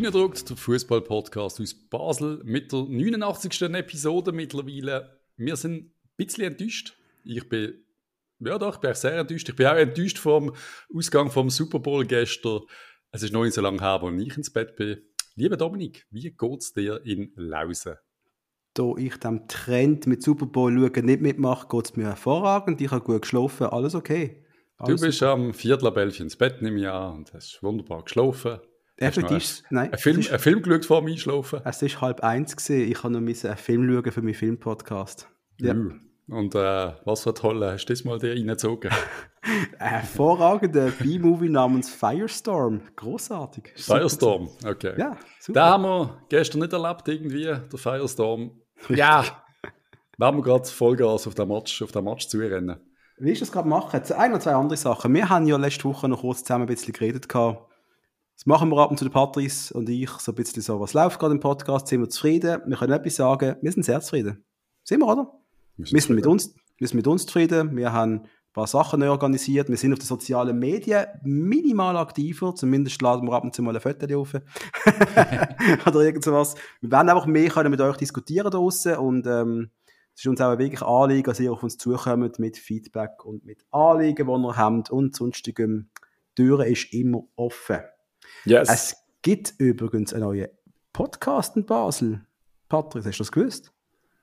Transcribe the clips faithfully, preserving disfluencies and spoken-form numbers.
Reingedruckt, der Fußball-Podcast aus Basel mit der neunundachtzigsten Episode mittlerweile. Wir sind ein bisschen enttäuscht. Ich bin, ja doch, ich bin sehr enttäuscht. Ich bin auch enttäuscht vom Ausgang vom Super Bowl gestern. Es ist noch nicht so lange her, als ich ins Bett bin. Lieber Dominik, wie geht's dir in Lausen? Da ich dem Trend mit Super Bowl schauen nicht mitmache, geht es mir hervorragend. Ich habe gut geschlafen, alles okay. Alles du bist super. am Viertel ab elf ins Bett, nehme ich an, und hast wunderbar geschlafen. Hast du noch Effektiv, nein. einen Film, es ist, einen Film geschaut vor dem Einschlafen? es ist halb eins gewesen. Ich habe noch müssen einen Film schauen für meinen Filmpodcast. Ja. Uh, und äh, was für tolle hast du das mal dir reingezogen? Ein hervorragender B-Movie namens Firestorm. Großartig. Super Firestorm, okay. Ja, super. Den haben wir gestern nicht erlebt, irgendwie, der Firestorm. Ja, werden wir gerade Vollgas auf den Match, auf den Match zurennen. Wie ist das gerade machen? Ein oder zwei andere Sachen. Wir haben ja letzte Woche noch kurz zusammen ein bisschen geredet gehabt. Das machen wir ab und zu, der Patrice und ich, so ein bisschen so, was läuft gerade im Podcast, sind wir zufrieden? Wir können etwas sagen, wir sind sehr zufrieden. Sind wir, oder? Wir sind, wir sind, mit, uns, wir sind mit uns zufrieden, wir haben ein paar Sachen neu organisiert, wir sind auf den sozialen Medien minimal aktiver, zumindest laden wir ab und zu mal ein Foto auf. Oder irgend sowas. Wir werden einfach mehr können mit euch diskutieren draussen und ähm, es ist uns auch wirklich ein Anliegen, dass ihr auf uns zukommt mit Feedback und mit Anliegen, die ihr habt und sonstigem. Die Türe ist immer offen. Yes. Es gibt übrigens einen neuen Podcast in Basel. Patrick, hast du das gewusst?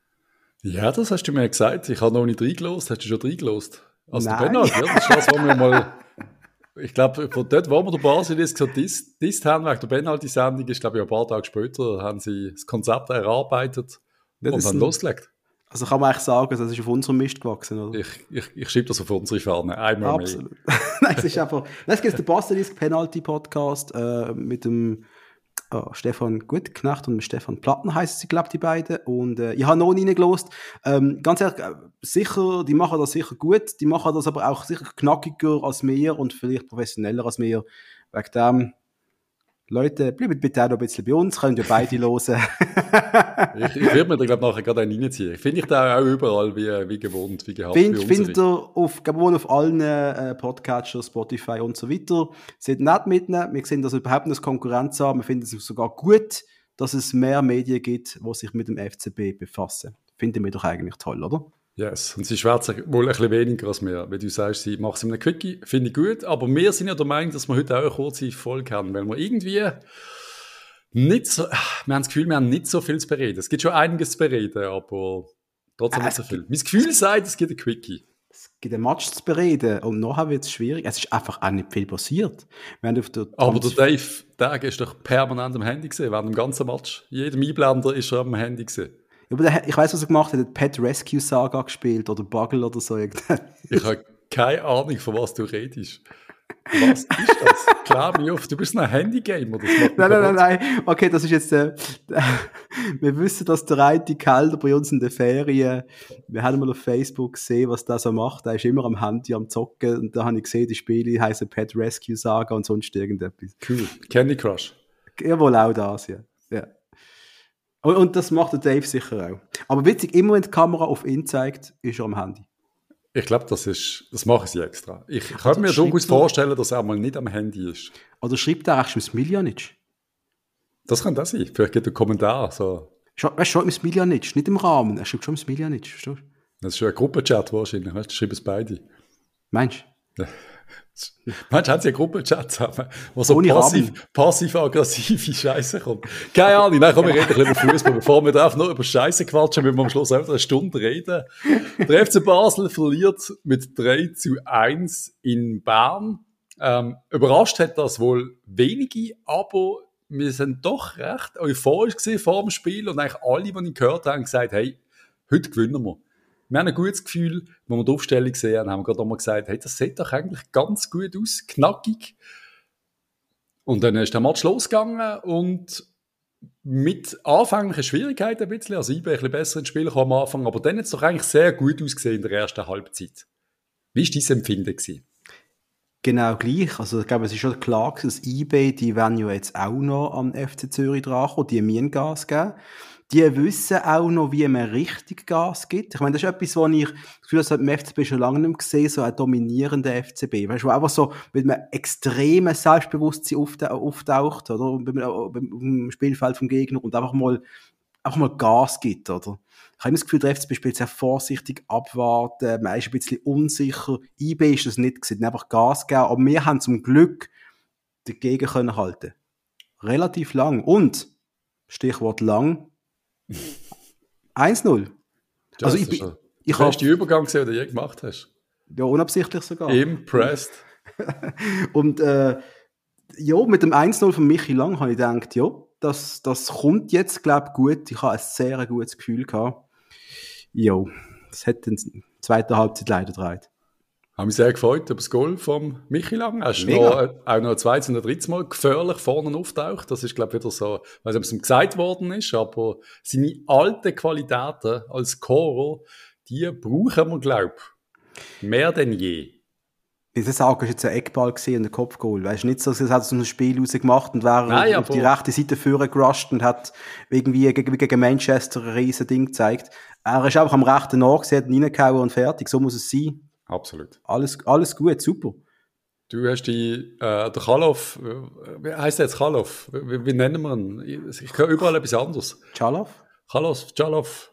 Ja, das hast du mir gesagt. Ich habe noch nicht reingelost. Hast du schon reingelost? Also Nein. der Penalty, ja, das ist das, was wir mal... Ich glaube, von dort, wo wir der Basel das gesagt disst haben, wegen der Penalty-Sendung, ist, glaube ich, ein paar Tage später, haben sie das Konzept erarbeitet Das und ist dann ein- losgelegt. Also kann man eigentlich sagen, das ist auf unserem Mist gewachsen, oder? Ich, ich, ich schiebe das auf unsere Fahne. Einmal mehr. Absolut. Nein, es ist einfach... Nein, es gibt den Basilisk Penalty Podcast äh, mit dem oh, Stefan Gutknecht und dem Stefan Platten heißen sie, glaube ich, die beiden. Und äh, ich habe noch nie reingelost. Ähm, ganz ehrlich, äh, sicher, die machen das sicher gut. Die machen das aber auch sicher knackiger als wir und vielleicht professioneller als wir. Wegen dem, Leute, bleibt bitte auch noch ein bisschen bei uns, könnt ihr beide hören. Ich, ich würde mir da, glaube ich, nachher gerade einen reinziehen. Finde ich da auch überall wie, wie gewohnt, wie gehabt. Find, wie findet unsere. ihr auf, glaube ich, auf allen äh, Podcatchers, Spotify und so weiter. Seid nett mitnehmen. Wir sehen das überhaupt nicht als Konkurrenz an. Wir finden es sogar gut, dass es mehr Medien gibt, die sich mit dem F C B befassen. Finden wir doch eigentlich toll, oder? Yes, und sie schwätzen wohl ein bisschen weniger als wir. Wenn du sagst, sie machen es in einem Quickie, finde ich gut. Aber wir sind ja der Meinung, dass wir heute auch eine kurze Folge haben, weil wir irgendwie nicht so, wir haben das Gefühl, wir haben nicht so viel zu bereden. Es gibt schon einiges zu bereden, aber trotzdem Äh, nicht so es viel. Mein Gefühl sagt, es gibt ein Quickie. Es gibt einen Match zu bereden und nachher wird es schwierig. Es ist einfach auch nicht viel passiert. Wir haben auf der Aber der Trans- Dave, der ist doch permanent am Handy gesehen, während dem ganzen Match. Jedem Einblender ist er am Handy gesehen. Ja, aber der, ich weiss, was er gemacht hat. Er hat Pet Rescue Saga gespielt oder Buggle oder so. Ich habe keine Ahnung, von was du redest. Was ist das? Klär mich auf, du bist ein Handygamer. Das macht mich Nein, nein, nein, kaputt. nein. Okay, das ist jetzt, äh, wir wissen, dass der eine Kelder bei uns in den Ferien, wir haben mal auf Facebook gesehen, was der so macht. Er ist immer am Handy am Zocken und da habe ich gesehen, die Spiele heißen Pet Rescue Saga und sonst irgendetwas. Cool. Candy Crush. Jawohl, auch das, ja. ja. Und, und das macht der Dave sicher auch. Aber witzig, immer wenn die Kamera auf ihn zeigt, ist er am Handy. Ich glaube, das ist, das machen sie extra. Ich kann mir schreibt durchaus er- vorstellen, dass er mal nicht am Handy ist. Oder schreibt er eigentlich Smiljanitsch? Das kann das sein. Vielleicht gibt er einen Kommentar. So. Weißt du, schon im Smiljanitsch, nicht im Rahmen. Er schreibt schon im Smiljanitsch, verstehst du? Das ist schon ein Gruppenchat wahrscheinlich. Weißt du, schreiben es beide. Meinst du? Meinst du, haben sie einen Gruppenchat zusammen, wo so Ohne passiv, Rahmen. passiv-aggressive Scheiße kommt? Keine Ahnung, nein, komm, wir reden ein bisschen über Fußball. Bevor wir einfach nur über Scheiße quatschen, müssen wir am Schluss einfach eine Stunde reden. Der F C Basel verliert mit drei zu eins in Bern. Ähm, überrascht hat das wohl wenige, aber wir sind doch recht euphorisch gewesen vor dem Spiel und eigentlich alle, die ich gehört habe, haben gesagt, hey, heute gewinnen wir. Wir haben ein gutes Gefühl, wenn wir die Aufstellung sehen, haben wir gerade einmal gesagt, hey, das sieht doch eigentlich ganz gut aus, knackig. Und dann ist der Match losgegangen und mit anfänglichen Schwierigkeiten ein bisschen, also ich bin ein bisschen besser ins Spiel gekommen am Anfang, aber dann hat es doch eigentlich sehr gut ausgesehen in der ersten Halbzeit. Wie war dein Empfinden gewesen? Genau gleich. Also ich glaube, es ist schon klar, dass eBay, die werden ja jetzt auch noch am F C Zürich drankommen, die müssen Gas geben. die wissen auch noch, wie man richtig Gas gibt. Ich meine, das ist etwas, was ich das Gefühl habe, das hat im F C B schon lange nicht mehr gesehen, so ein dominierender F C B. Weißt du, wo einfach so mit einem extremen Selbstbewusstsein auftaucht, oder? Beim, beim Spielfeld vom Gegner und einfach mal, einfach mal Gas gibt, oder? Ich habe das Gefühl, der F C B spielt sehr vorsichtig, abwarten, man ist ein bisschen unsicher. I B ist das nicht gewesen, einfach Gas geben, aber wir haben zum Glück dagegen können halten. Relativ lang. Und, Stichwort lang, eins null. Also ich bin, ich habe den Übergang gesehen, den du je gemacht hast. Ja, unabsichtlich sogar. Impressed. Und äh, ja, mit dem eins null von Michi Lang habe ich gedacht, ja, das, das kommt jetzt, glaube ich, gut. Ich habe ein sehr gutes Gefühl gehabt. Ja, das hat in der zweiten Halbzeit leider gedreht. Ich habe mich sehr gefreut über das Goal von Michi Lang. Er ist noch, auch noch ein zweites und ein drittes Mal gefährlich vorne auftaucht. Das ist, glaube ich, wieder so, ich weiß nicht, ob es ihm gesagt worden ist, aber seine alten Qualitäten als Scorer, die brauchen wir, glaube ich, mehr denn je. Ich würde sagen, es war jetzt ein Eckball und ein Kopfgoal. Weißt du, nicht so, als hat es ein Spiel rausgemacht und wäre Nein, auf die rechte Seite vorne gerusht und hat irgendwie gegen, gegen Manchester ein riesen Ding gezeigt. Er ist einfach am rechten Nachgesehen, hat ihn reingehauen und fertig. So muss es sein. Absolut. Alles, alles gut, super. Du hast die, äh, der Chalov, wie heisst der jetzt Chalov? Wie, wie nennen wir ihn? Ich höre überall etwas anderes. Chalov? Chalov, Chalov.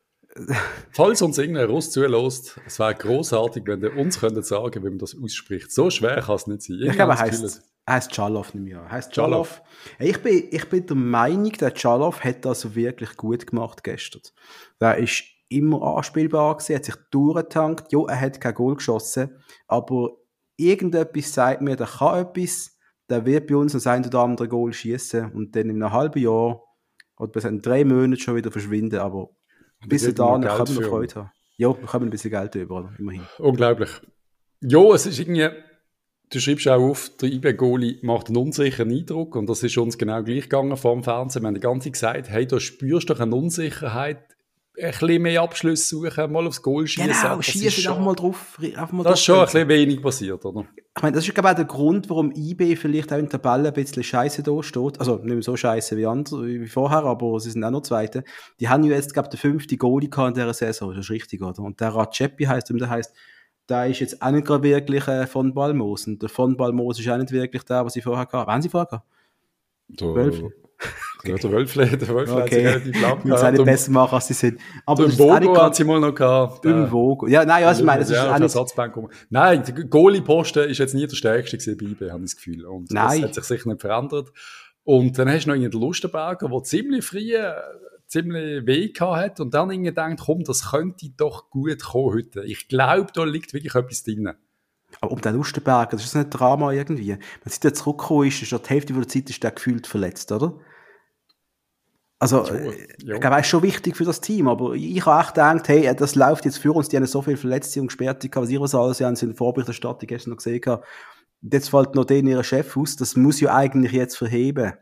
Falls uns irgendein Russ zulässt, es wäre grossartig, wenn ihr uns könntet sagen, wie man das ausspricht. So schwer kann es nicht sein. Ich glaube, er heisst, er heisst Chalov nicht mehr. Er heisst Chalov. Ich bin, ich bin der Meinung, der Chalov hat das wirklich gut gemacht gestern. Der ist immer anspielbar gewesen, hat sich durchgetankt. Ja, er hat kein Goal geschossen, aber irgendetwas sagt mir, der kann etwas, der wird bei uns ein oder andere Goal schießen und dann in einem halben Jahr oder bis in drei Monaten schon wieder verschwinden, aber bis dahin können wir noch Freude haben. Ja, wir können ein bisschen Geld über, immerhin. Unglaublich. Ja, es ist irgendwie, du schreibst auch auf, der I B-Goalie macht einen unsicheren Eindruck und das ist uns genau gleich gegangen vor dem Fernsehen. Wir haben die ganze Zeit gesagt, hey, da spürst du doch eine Unsicherheit, ein bisschen mehr Abschlüsse suchen, mal aufs Goal schießen. Genau, schießen einfach mal drauf. Einfach mal das ist schon ein bisschen wenig passiert, oder? Ich meine, das ist, glaube ich, auch der Grund, warum I B vielleicht auch in der Tabelle ein bisschen scheiße da steht. Also nicht mehr so scheiße wie, andere, wie vorher, aber sie sind auch noch Zweite. Die haben ja jetzt, glaube ich, den fünften Goalie in dieser Saison. Das ist richtig, oder? Und der Racepi heisst, der heisst, der ist jetzt auch nicht gerade wirklich äh, von Balmos. Und der von Balmos ist auch nicht wirklich der, was sie vorher hatten. Wann haben sie vorher gehabt? Wölfle. Okay. Ja, der Wölfle, der Wölfle okay. hat sich relativ lang gehabt. Sie nicht besser machen, als sie sind. Aber im Vogo hat sie mal noch gehabt. Im Vogo. Ja, nein, was ich meine, das ist ja, auch nicht... Nein, der Goalie-Posten ist jetzt nie der stärkste gewesen bei I B, habe ich das Gefühl. Und nein. das hat sich sicher nicht verändert. Und dann hast du noch den Lustenberger, der ziemlich früh, ziemlich weh gehabt hat und dann irgendwie denkt, komm, das könnte doch gut kommen heute. Ich glaube, da liegt wirklich etwas drin. Aber um den Lustenberger, das ist nicht Drama irgendwie. Wenn sie zurückgekommen ist, ist die Hälfte der Zeit ist der gefühlt verletzt, oder? Also, ja, ja. ich glaube, das ist schon wichtig für das Team, aber ich habe echt gedacht, hey, das läuft jetzt für uns, die haben so viele Verletzte und Gesperrte gehabt, was ich was alles, sie haben es in der Vorberichterstattung gestern noch gesehen gehabt. Jetzt fällt noch den ihr Chef aus, das muss ja eigentlich jetzt verheben.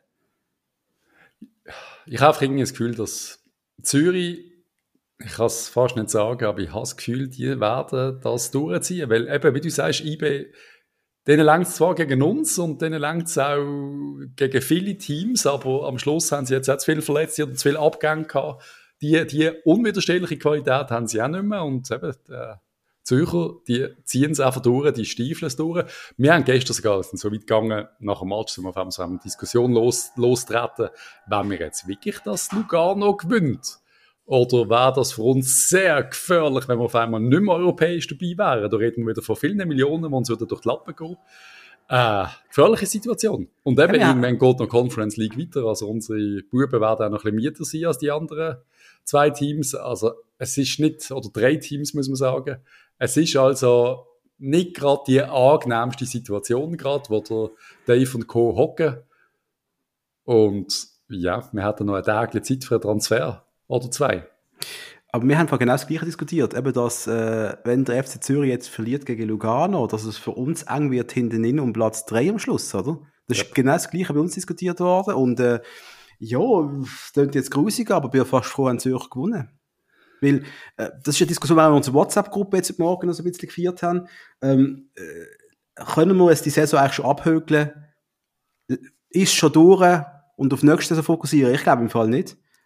Ich habe irgendwie das Gefühl, dass Zürich, ich kann es fast nicht sagen, aber ich habe das Gefühl, die werden das durchziehen, weil eben, wie du sagst, I B, denen längt es zwar gegen uns und denen längt es auch gegen viele Teams, aber am Schluss haben sie jetzt auch zu viele Verletzte oder zu viele Abgänge gehabt. Die, die unwiderstehliche Qualität haben sie auch nicht mehr und eben, die Zürcher, die ziehen es einfach durch, die stiefeln es durch. Wir haben gestern sogar so weit gegangen, nach dem Match sind wir auf einmal so eine Diskussion los, lostreten, wenn wir jetzt wirklich das Lugano gewinnt. Oder wäre das für uns sehr gefährlich, wenn wir auf einmal nicht mehr europäisch dabei wären? Da reden wir wieder von vielen Millionen, die uns wieder durch die Lappen gehen. Äh, gefährliche Situation. Und eben, ja, irgendwann geht noch Conference League weiter. Also unsere Buben werden auch noch ein bisschen mieter sein als die anderen zwei Teams. Also es ist nicht, oder drei Teams muss man sagen, es ist also nicht gerade die angenehmste Situation gerade, wo der Dave und Co. hocken. Und ja, wir hatten noch einen Tag Zeit für einen Transfer. Oder zwei. Aber wir haben genau das Gleiche diskutiert, eben dass, äh, wenn der F C Zürich jetzt verliert gegen Lugano, dass es für uns eng wird hinten in um Platz drei am Schluss, oder? Das ja. ist genau das Gleiche bei uns diskutiert worden und äh, ja, das klingt jetzt grusig, aber ich bin fast froh, haben Zürich gewonnen. Weil, äh, das ist eine Diskussion, die wir in unserer WhatsApp-Gruppe jetzt heute Morgen noch so ein bisschen geführt haben. Ähm, äh, können wir jetzt die Saison eigentlich schon abhökeln? Ist schon durch und auf die nächste Saison fokussieren? Ich glaube im Fall nicht.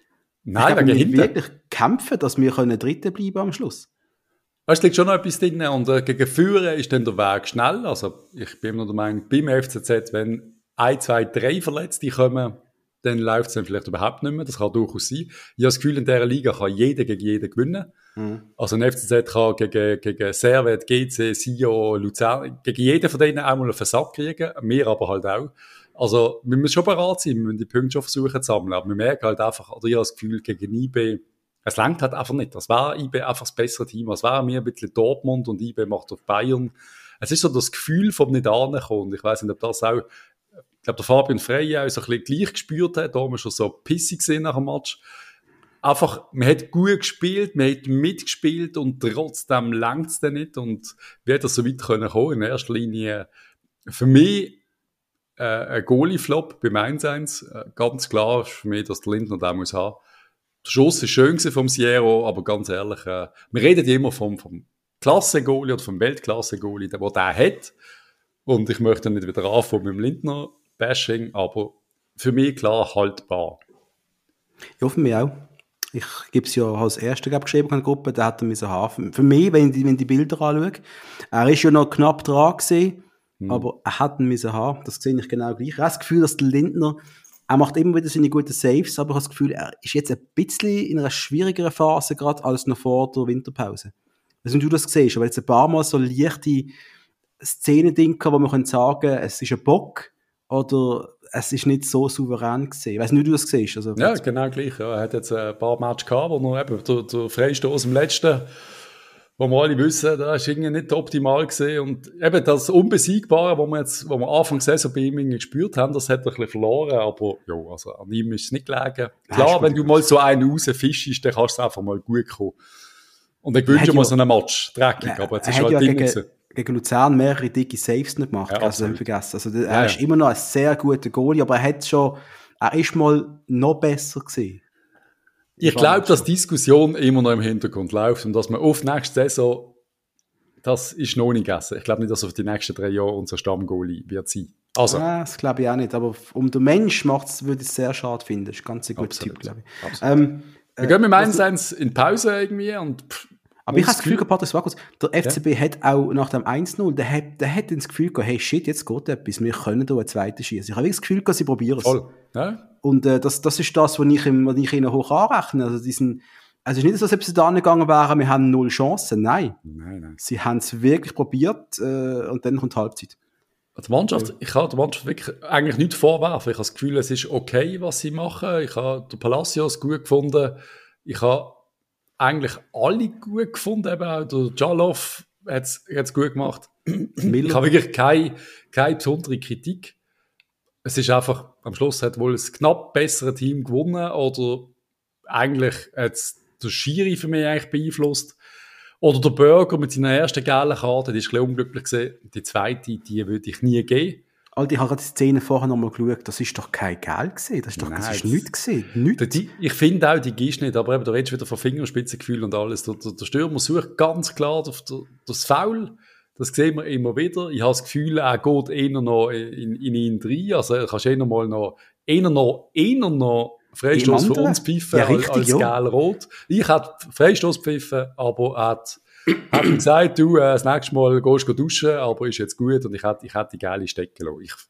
Nein, ich wegen wir hinten. wirklich kämpfen, dass wir können Dritte bleiben am Schluss. Es liegt schon noch etwas drin und äh, gegen Führen ist dann der Weg schnell. Also ich bin immer der Meinung, beim F C Z, wenn ein, zwei, drei Verletzte kommen, dann läuft es dann vielleicht überhaupt nicht mehr. Das kann durchaus sein. Ich habe das Gefühl, in dieser Liga kann jeder gegen jeden gewinnen. Mhm. Also ein F C Z kann gegen, gegen Servet, G C, Sio, Luzern, gegen jeden von denen auch mal einen Versack kriegen. Wir aber halt auch. Also wir müssen schon bereit sein, wir müssen die Punkte schon versuchen zu sammeln. Aber wir merken halt einfach, oder ich habe das Gefühl, gegen I B, es langt halt einfach nicht. Das war I B einfach das bessere Team. Es war mir ein bisschen Dortmund und I B macht auf Bayern. Es ist so das Gefühl vom nicht ankommen. Ich weiss nicht, ob das auch, ich glaube, der Fabian Frey auch so ein bisschen gleich gespürt hat. Da haben wir schon so pissig gesehen nach dem Match. Einfach, man hat gut gespielt, man hat mitgespielt und trotzdem langt es dann nicht. Und wie hat das so weit können kommen? In erster Linie für mich äh, ein Goalie-Flop beim eins eins. Äh, ganz klar ist für mich, dass der Lindner den muss haben. Der Schuss war schön vom Sierra, aber ganz ehrlich, äh, wir reden ja immer vom, vom Klasse-Goalie oder vom Weltklasse-Goalie, der, der den hat. Und ich möchte nicht wieder anfangen mit dem Lindner-Bashing, aber für mich klar haltbar. Ja, für mich auch. Ich gebe es ja als Erster geschrieben in der Gruppe, da hat er müssen haben. Für mich, wenn ich, wenn ich die Bilder anschaue, er ist ja noch knapp dran gewesen, hm. aber er hat ihn müssen haben. Das sehe ich genau gleich. Ich habe das Gefühl, dass der Lindner, er macht immer wieder seine guten Saves, aber ich habe das Gefühl, er ist jetzt ein bisschen in einer schwierigeren Phase gerade als noch vor der Winterpause. Also, wenn du das siehst, aber jetzt ein paar Mal so leichte Szenen-Dinge, wo man kann sagen, es ist ein Bock oder es ist nicht so souverän gewesen. Ich weiss nicht, wie du das siehst. Also, ja, genau gleich. Ja. Er hat jetzt ein paar Matches gehabt, wo noch eben der, der Freistoß im letzten, wo wir alle wissen, da ist irgendwie nicht optimal gesehen. Und eben das Unbesiegbare, wo wir jetzt, wo wir Anfang der Saison bei ihm irgendwie gespürt haben, das hat er ein bisschen verloren. Aber ja, also an ihm ist es nicht gelegen. Klar, ja, wenn du mal so einen rausfischst, dann kannst du einfach mal gut kommen. Und dann gewünscht du mal so einen Match. Dreckig, ja, aber jetzt ist halt ja Ding gegen, gegen Luzern mehrere dicke Saves nicht gemacht. Ja, also nicht vergessen. Also, er ja, ist ja. immer noch ein sehr guter Goalie, aber er hat schon, er ist mal noch besser gewesen. Ich, ich glaube, dass die Diskussion immer noch im Hintergrund läuft und dass man auf nächste Saison, das ist noch nicht gegessen. Ich glaube nicht, dass auf die nächsten drei Jahre unser Stammgoalie wird sein. Also. Ja, das glaube ich auch nicht. Aber um den Mensch macht es, würde ich es sehr schade finden. Das ist ein ganz ein guter Typ, glaube ich. Ähm, Wir gehen mit eins eins in Pause irgendwie und pff, aber ich habe das Gefühl, Patrick Wakos, der F C B ja. hat auch nach dem eins null, der hat, der hat das Gefühl gehabt, hey shit, jetzt geht etwas, wir können da einen zweiten schießen. Ich habe das Gefühl gehabt, sie probieren es. Voll. Ja. Und äh, das, das ist das, was ich, was ich ihnen hoch anrechne. Also, diesen, also es ist nicht so, als ob sie da gegangen wären, wir haben null Chancen. Nein. Nein, nein. Sie haben es wirklich probiert äh, und dann kommt die Halbzeit. Die Mannschaft, ja. Ich kann der Mannschaft wirklich eigentlich nichts vorwerfen. Ich habe das Gefühl, es ist okay, was sie machen. Ich habe den Palacios gut gefunden. Ich habe eigentlich alle gut gefunden, eben auch der Jalov hat es gut gemacht. Ich habe wirklich keine, keine besondere Kritik. Es ist einfach, am Schluss hat wohl ein knapp besseres Team gewonnen oder eigentlich hat es der Schiri für mich eigentlich beeinflusst. Oder der Burger mit seiner ersten gelben Karte, die ist ein bisschen unglücklich gewesen. Die zweite, die würde ich nie geben. Alter, ich habe die Szene vorher noch mal geschaut, das ist doch kein Geld gewesen, das ist doch, Nein, das ist nichts gewesen, nichts. Die, ich finde auch, die gehst nicht, aber eben, da redest du wieder von Fingerspitzengefühl und alles. Der, der, der Stürmer sucht ganz klar auf der, das Foul, das sehen wir immer wieder. Ich habe das Gefühl, er geht eher noch in, in ihn rein, also er kannst eher mal noch, eher noch, eher noch Freistoß für uns pfeifen ja, richtig, als ja. Gel-Rot. Ich hätte Freistoß pfiffen, aber er hat hat ihm gesagt, du, äh, das nächste Mal gehst du duschen, aber ist jetzt gut und ich hätte, ich hätte die geile stecken lassen. Ich,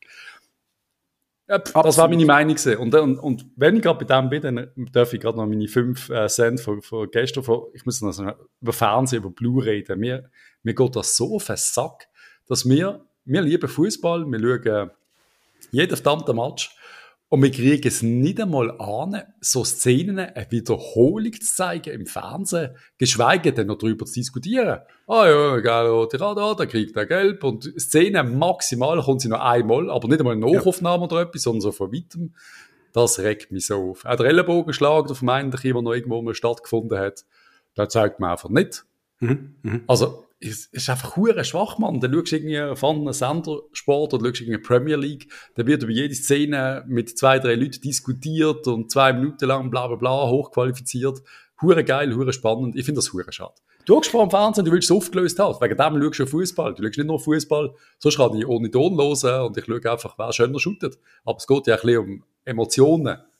ja, das war meine Meinung. Und, und, und wenn ich gerade bei dem bin, dann darf ich gerade noch meine fünf äh, Cent von, von gestern, von, ich muss noch über Fernsehen, über Blue reden. Mir, mir geht das so auf den Sack, dass wir, wir lieben Fußball, wir schauen jeden verdammten Match und wir kriegen es nicht einmal an, so Szenen eine Wiederholung zu zeigen im Fernsehen, geschweige denn noch darüber zu diskutieren. Ah ja, geil, da, da kriegt er gelb und Szenen maximal kommt sie noch einmal, aber nicht einmal eine Nachaufnahme ja. oder etwas, sondern so von weitem. Das regt mich so auf. Auch der Ellenbogenschlag, der vermeintliche, der noch irgendwo mal stattgefunden hat, der zeigt mir einfach nicht. Mhm. Mhm. Also, es ist einfach hure schwach, Mann. Dann schaust du irgendwie von einem Sendersport oder schaust du irgendwie Premier League, dann wird über jede Szene mit zwei, drei Leuten diskutiert und zwei Minuten lang bla bla bla hochqualifiziert. Hure geil, hure spannend. Ich finde das hure schade. Du hast vor dem Fernsehen, du willst es aufgelöst haben. Wegen dem schaust du Fußball. Du schaust nicht nur Fußball, sonst kann ich ohne Ton hören und ich schaue einfach, wer schöner shootet. Aber es geht ja ein bisschen um Emotionen.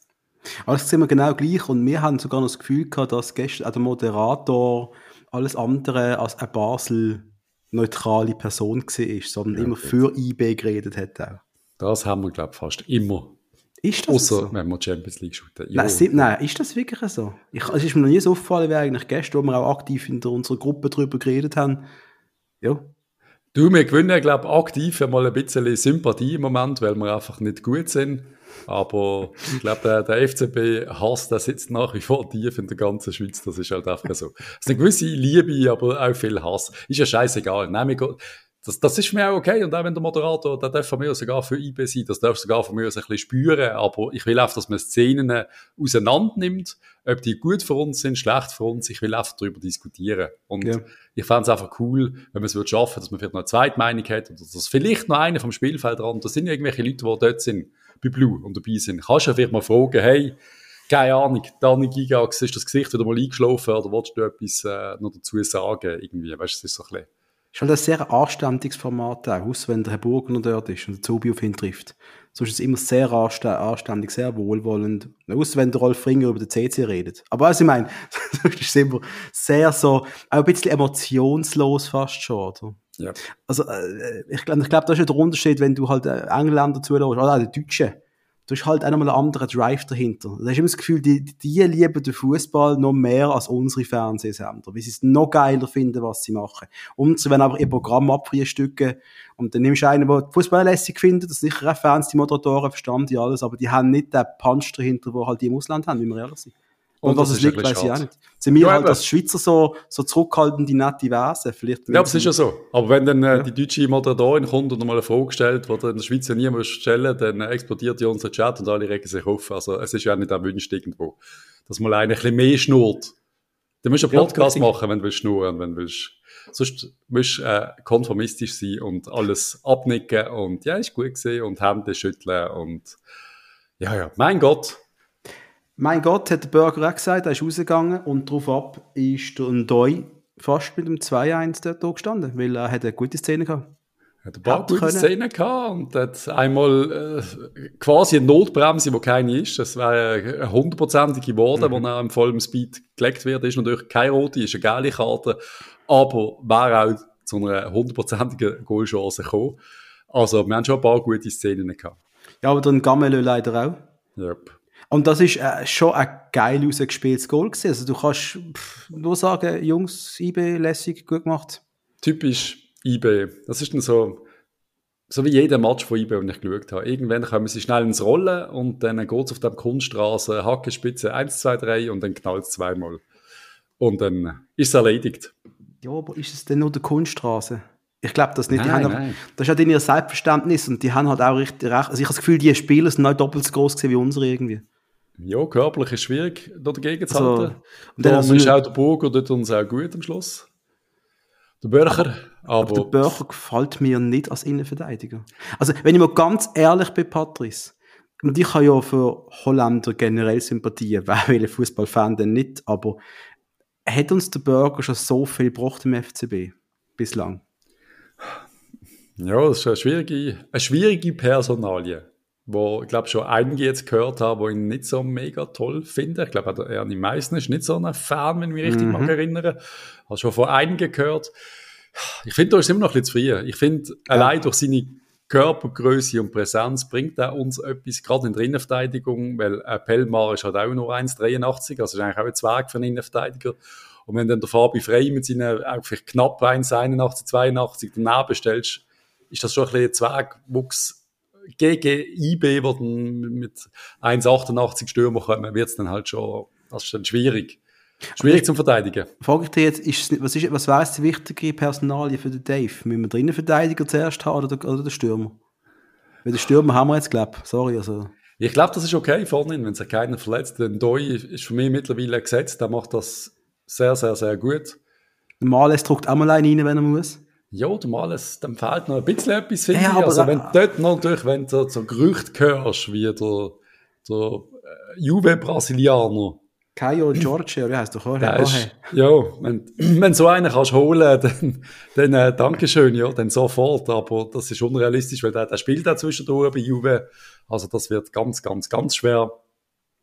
Aber das sehen wir genau gleich und wir haben sogar noch das Gefühl gehabt, dass gestern auch der Moderator alles andere als eine Basel-neutrale Person war, sondern Ja, immer gut. für I B geredet hat auch. Das haben wir, glaube ich, fast immer. Ist das Außer so? wenn wir Champions League shooten. Nein, si- nein, ist das wirklich so? Ich, es ist mir noch nie so aufgefallen, wie eigentlich gestern, wo wir auch aktiv in der, unserer Gruppe darüber geredet haben. Ja. Du, wir gewinnen, glaube ich, aktiv einmal ein bisschen Sympathie im Moment, weil wir einfach nicht gut sind. Aber ich glaube, der, der F C B-Hass, der sitzt nach wie vor tief in der ganzen Schweiz. Das ist halt einfach so. Es ist eine gewisse Liebe, aber auch viel Hass. Ist ja scheißegal. Nein, wir gehen- das, das ist für mich auch okay. Und auch wenn der Moderator, der darf von mir aus sogar für I B sein, das darf sogar von mir aus ein bisschen spüren. Aber ich will einfach, dass man Szenen auseinander nimmt, ob die gut für uns sind, schlecht für uns. Ich will einfach darüber diskutieren. Und Ja. ich fände es einfach cool, wenn man es würde schaffen, dass man vielleicht noch eine zweite Meinung hat oder dass vielleicht noch einer vom Spielfeld dran. Das sind ja irgendwelche Leute, die dort sind, bei Blue und dabei sind. Kannst du ja vielleicht mal fragen, hey, keine Ahnung, Dani Gigax, ist das Gesicht wieder mal eingeschlafen oder willst du etwas äh, noch dazu sagen? Irgendwie, weißt du, es ist so ein bisschen. Ist halt ein sehr anständiges Format auch, ausser wenn der Herr Burgener dort ist und der Zubi auf ihn trifft. So ist es immer sehr ansta- anständig, sehr wohlwollend. Ausser wenn der Rolf Ringer über den C C redet. Aber was ich meine, das ist immer sehr so, auch ein bisschen emotionslos fast schon, oder? Ja. Also, äh, ich glaube, ich glaub, das ist ja der Unterschied, wenn du halt äh, Engländer zuhörst, oder auch die Deutschen. Du hast halt auch nochmal einen anderen Drive dahinter. Da hast du immer das Gefühl, die, die lieben den Fußball noch mehr als unsere Fernsehsender, weil sie es noch geiler finden, was sie machen. Und sie wollen aber ihr Programm abfrühstücken. Und dann nimmst du einen, der Fußball lässig findet, das sind sicher auch Fans, die Moderatoren, verstanden die alles, aber die haben nicht den Punch dahinter, den halt die im Ausland haben, wie wir ehrlich sind. Und, Und was das es ist ein liegt, bisschen weiss ich auch schade. nicht. Sind wir Ja, halt eben. als Schweizer so, so zurückhaltende, nette Wesen? Vielleicht, wenn Ja, aber es sie- ist ja so. Aber wenn dann äh, Ja. die deutsche Moderatorin kommt und mal eine Frage stellt, die in der Schweiz ja niemand stellen, dann äh, explodiert ja unser Chat und alle regen sich auf. Also es ist ja auch nicht erwünscht irgendwo, dass mal einer ein bisschen mehr schnurrt. Du musst einen Ja, Podcast richtig. machen, wenn du willst schnurren, wenn du willst. Sonst musst du äh, konformistisch sein und alles abnicken und ja, ist gut gesehen und Hände schütteln und ja, ja, mein Gott. Mein Gott, hat der Burger auch gesagt, er ist rausgegangen und darauf ab ist der Ndoi fast mit dem zwei eins dort gestanden, weil er hat eine gute Szene gehabt. Hat ein paar Hat gute können. Szenen gehabt und hat einmal äh, quasi eine Notbremse, die keine ist. Das wäre eine hundertprozentige geworden, Mhm. wo er im vollen Speed gelegt wird. Ist natürlich keine rote, ist eine gelbe Karte, aber wäre auch zu einer hundertprozentigen Goalchance gekommen. Also, wir haben schon ein paar gute Szenen gehabt. Ja, aber der Gamelö leider auch. Yep. Und das ist äh, schon ein geil rausgespieltes Goal gewesen. Also du kannst pff, nur sagen, Jungs, I B, lässig, gut gemacht. Typisch I B. Das ist dann so, so wie jeder Match von I B, den ich geschaut habe. Irgendwann kommen sie schnell ins Rollen und dann geht es auf der Kunststraße, Hackespitze eins, zwei, drei und dann knallt es zweimal. Und dann ist es erledigt. Ja, aber ist es denn nur der Kunststraße? Ich glaube das nicht. Die Nein, haben nein. Auch, das ist halt in ihr Selbstverständnis und die haben halt auch richtig recht. Also ich habe das Gefühl, die Spieler sind halt doppelt so groß gewesen wie unsere irgendwie. Ja, körperlich ist schwierig, da dagegen zu Also, halten. und dann Darum also ist nicht- auch der Burger dort uns auch gut am Schluss. Der Börcher. Aber, Aber der Börcher gefällt mir nicht als Innenverteidiger. Also, wenn ich mal ganz ehrlich bin, Patrice, und ich habe ja für Holländer generell Sympathien, wer will Fußballfan denn nicht, aber hat uns der Börger schon so viel gebracht im F C B? Bislang. ja, das ist eine schwierige, eine schwierige Personalie, wo ich glaube schon einige jetzt gehört haben, die ihn nicht so mega toll finden. Ich glaube, auch der Ernie Meissner ist nicht so ein Fan, wenn ich mich richtig Mhm. mag erinnern. Habe schon von einigen gehört. Ich finde, da ist immer noch ein bisschen zu früh. Ich finde, allein durch seine Körpergröße und Präsenz bringt er uns etwas, gerade in der Innenverteidigung, weil ein Pelmar ist halt auch nur eins Komma dreiundachtzig, also ist eigentlich auch ein Zwerg für einen Innenverteidiger. Und wenn dann der Fabi Frey mit seinen auch vielleicht knapp eins Komma einundachtzig, zweiundachtzig daneben stellst, ist das schon ein bisschen ein Zwergwuchs gegen I B, wo dann mit eins Komma achtundachtzig Stürmer kommen, wird es dann halt schon, das ist dann schwierig. Schwierig zum Verteidigen. Frage ich dir jetzt, ist es nicht, was, ist, was wäre jetzt die wichtige Personalie für den Dave? Müssen wir den Innenverteidiger zuerst haben oder, der- oder den Stürmer? Weil den Stürmer haben wir jetzt, glaube ich. Sorry, also. Ich glaube, das ist okay vorne, wenn sich keiner verletzt. Denn Doi ist für mich mittlerweile gesetzt, der macht das sehr, sehr, sehr gut. Der Males drückt auch mal einen rein, wenn er muss. Ja, der Males, dem fehlt noch ein bisschen etwas, finde Ja, ich. aber Also da- wenn du dort noch natürlich, wenn du so Gerüchte hörst, wie der, der äh, Juve-Brasilianer, Caio Giorgio, der heißt doch auch. der Oh, ist, hey. ja, wenn, wenn so einen kannst holen, dann, dann äh, Dankeschön, ja, dann sofort. Aber das ist unrealistisch, weil der, der spielt auch zwischendurch bei Juve. Also das wird ganz, ganz, ganz schwer.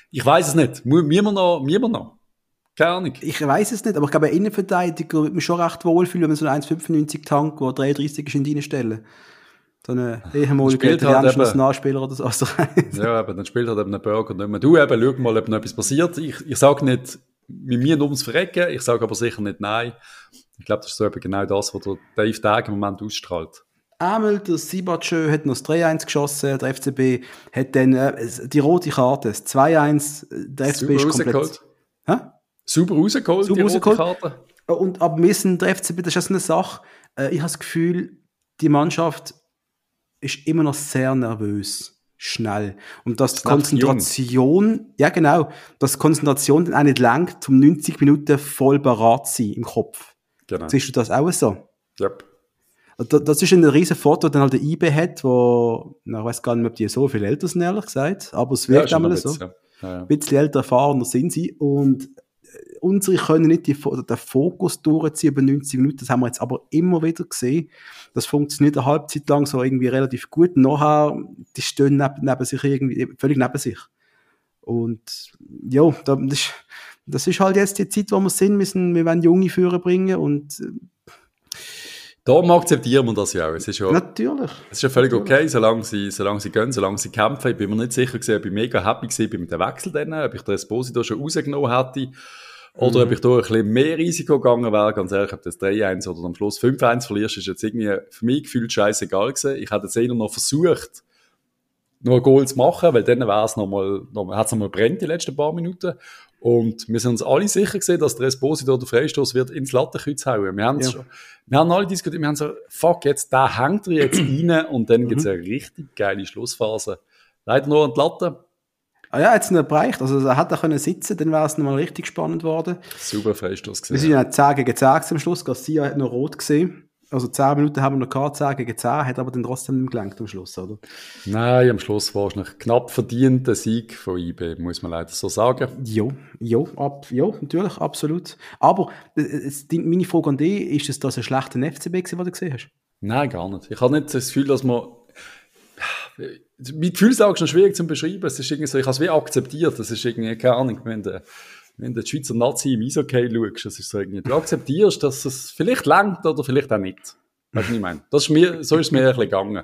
Ich weiss es nicht. Mu- Müssen wir noch? Müssen wir noch? Keine Ahnung. Ich weiß es nicht, aber ich glaube, ein Innenverteidiger würde mich schon recht wohlfühlen, wenn man so einen eins Komma fünfundneunzig Tank, der dreiunddreißig ist, in die reinstellen. So einen ehemaligen spielt halt italienischen eben- Nationalspieler oder so. Also, Ja, aber dann spielt halt eben ein Burger nicht mehr. Du eben, schau mal, ob noch etwas passiert. Ich, ich sage nicht, mit mir nur ums Verrecken, ich sage aber sicher nicht nein. Ich glaube, das ist so eben genau das, was der Dave Tag im Moment ausstrahlt. einmal der Sibachö hat noch das drei eins geschossen, der F C B hat dann äh, die rote Karte, das zwei eins, der F C B Super ist komplett... rausgeholt. Hä? Super rausgeholt, Super die rote rausgeholt. Karte. Und aber wir sind der F C B, das ist ja so eine Sache, äh, ich habe das Gefühl, die Mannschaft ist immer noch sehr nervös, schnell. Und dass die Ist einfach Konzentration, ja genau, dass die Konzentration dann auch nicht langt, um neunzig Minuten voll parat zu sein im Kopf. Genau. Siehst du das auch so? Yep. Da- Das ist ein riesen Foto, den halt der I B hat, wo, na, ich weiß gar nicht, ob die so viel älter sind, ehrlich gesagt, aber es wirkt schon einmal ein so. bisschen, ja. Ja, ja. Ein bisschen älter, erfahrener sind sie und äh, unsere können nicht die, Fo- den Fokus durchziehen über neunzig Minuten, das haben wir jetzt aber immer wieder gesehen. Das funktioniert eine Halbzeit lang so irgendwie relativ gut, nachher, die stehen neben, neben sich irgendwie, völlig neben sich. Und ja, da- das, ist- das ist halt jetzt die Zeit, wo wir sind, wir, müssen, wir wollen junge Führer bringen und äh, Darum akzeptieren wir das ja auch. Es ist ja, natürlich. es ist ja völlig okay, solange sie, solange sie gehen, solange sie kämpfen. Ich bin mir nicht sicher gewesen, ob ich mega happy gewesen bin mit dem Wechsel dann, ob ich den Esposito schon rausgenommen hätte. Oder Mhm. ob ich da ein bisschen mehr Risiko gegangen wäre. Ganz ehrlich, ob das drei eins oder am Schluss fünf eins verlierst, ist jetzt irgendwie für mich gefühlt scheißegal gewesen. Ich hätte jetzt eher noch versucht, noch ein Goal zu machen, weil dann wäre es nochmal, noch, hat es nochmal brennt die letzten paar Minuten. Und wir sind uns alle sicher gewesen, dass der Esposito der Freistoß wird ins Lattenkreuz hauen. Wir haben Ja. schon, wir haben alle diskutiert, wir haben so, fuck, jetzt, da hängt er jetzt rein und dann gibt es eine richtig geile Schlussphase. Leider nur an die Latte. Ah ja, jetzt noch erreicht. Also, er hätte können sitzen, dann wäre es nochmal richtig spannend geworden. Super Freistoß Wir sind gesehen. ja zehn gegen zehn am Schluss. Garcia hat noch rot gesehen. Also zehn Minuten haben wir noch gehabt, zehn gegen zehn, hat aber dann trotzdem nicht gelangt am Schluss, oder? Nein, am Schluss war es noch knapp verdienter Sieg von I B, muss man leider so sagen. Ja, ja, ab, ja, natürlich, absolut. Aber äh, es- die- meine Frage an dich, ist es das ein schlechter F C B gewesen, den du gesehen hast? Nein, gar nicht. Ich habe nicht das Gefühl, dass man... Mein Gefühlslage ist noch schwierig zu beschreiben. Es ist irgendwie so, ich habe es wie akzeptiert. Das ist irgendwie, keine Ahnung, wenn du, wenn du die Schweizer Nazi im Eishockey schaust, das ist so irgendwie, du akzeptierst, dass es vielleicht langt oder vielleicht auch nicht. Weißt du, was ich meine? Das ist mir, so ist es mir ein bisschen gegangen.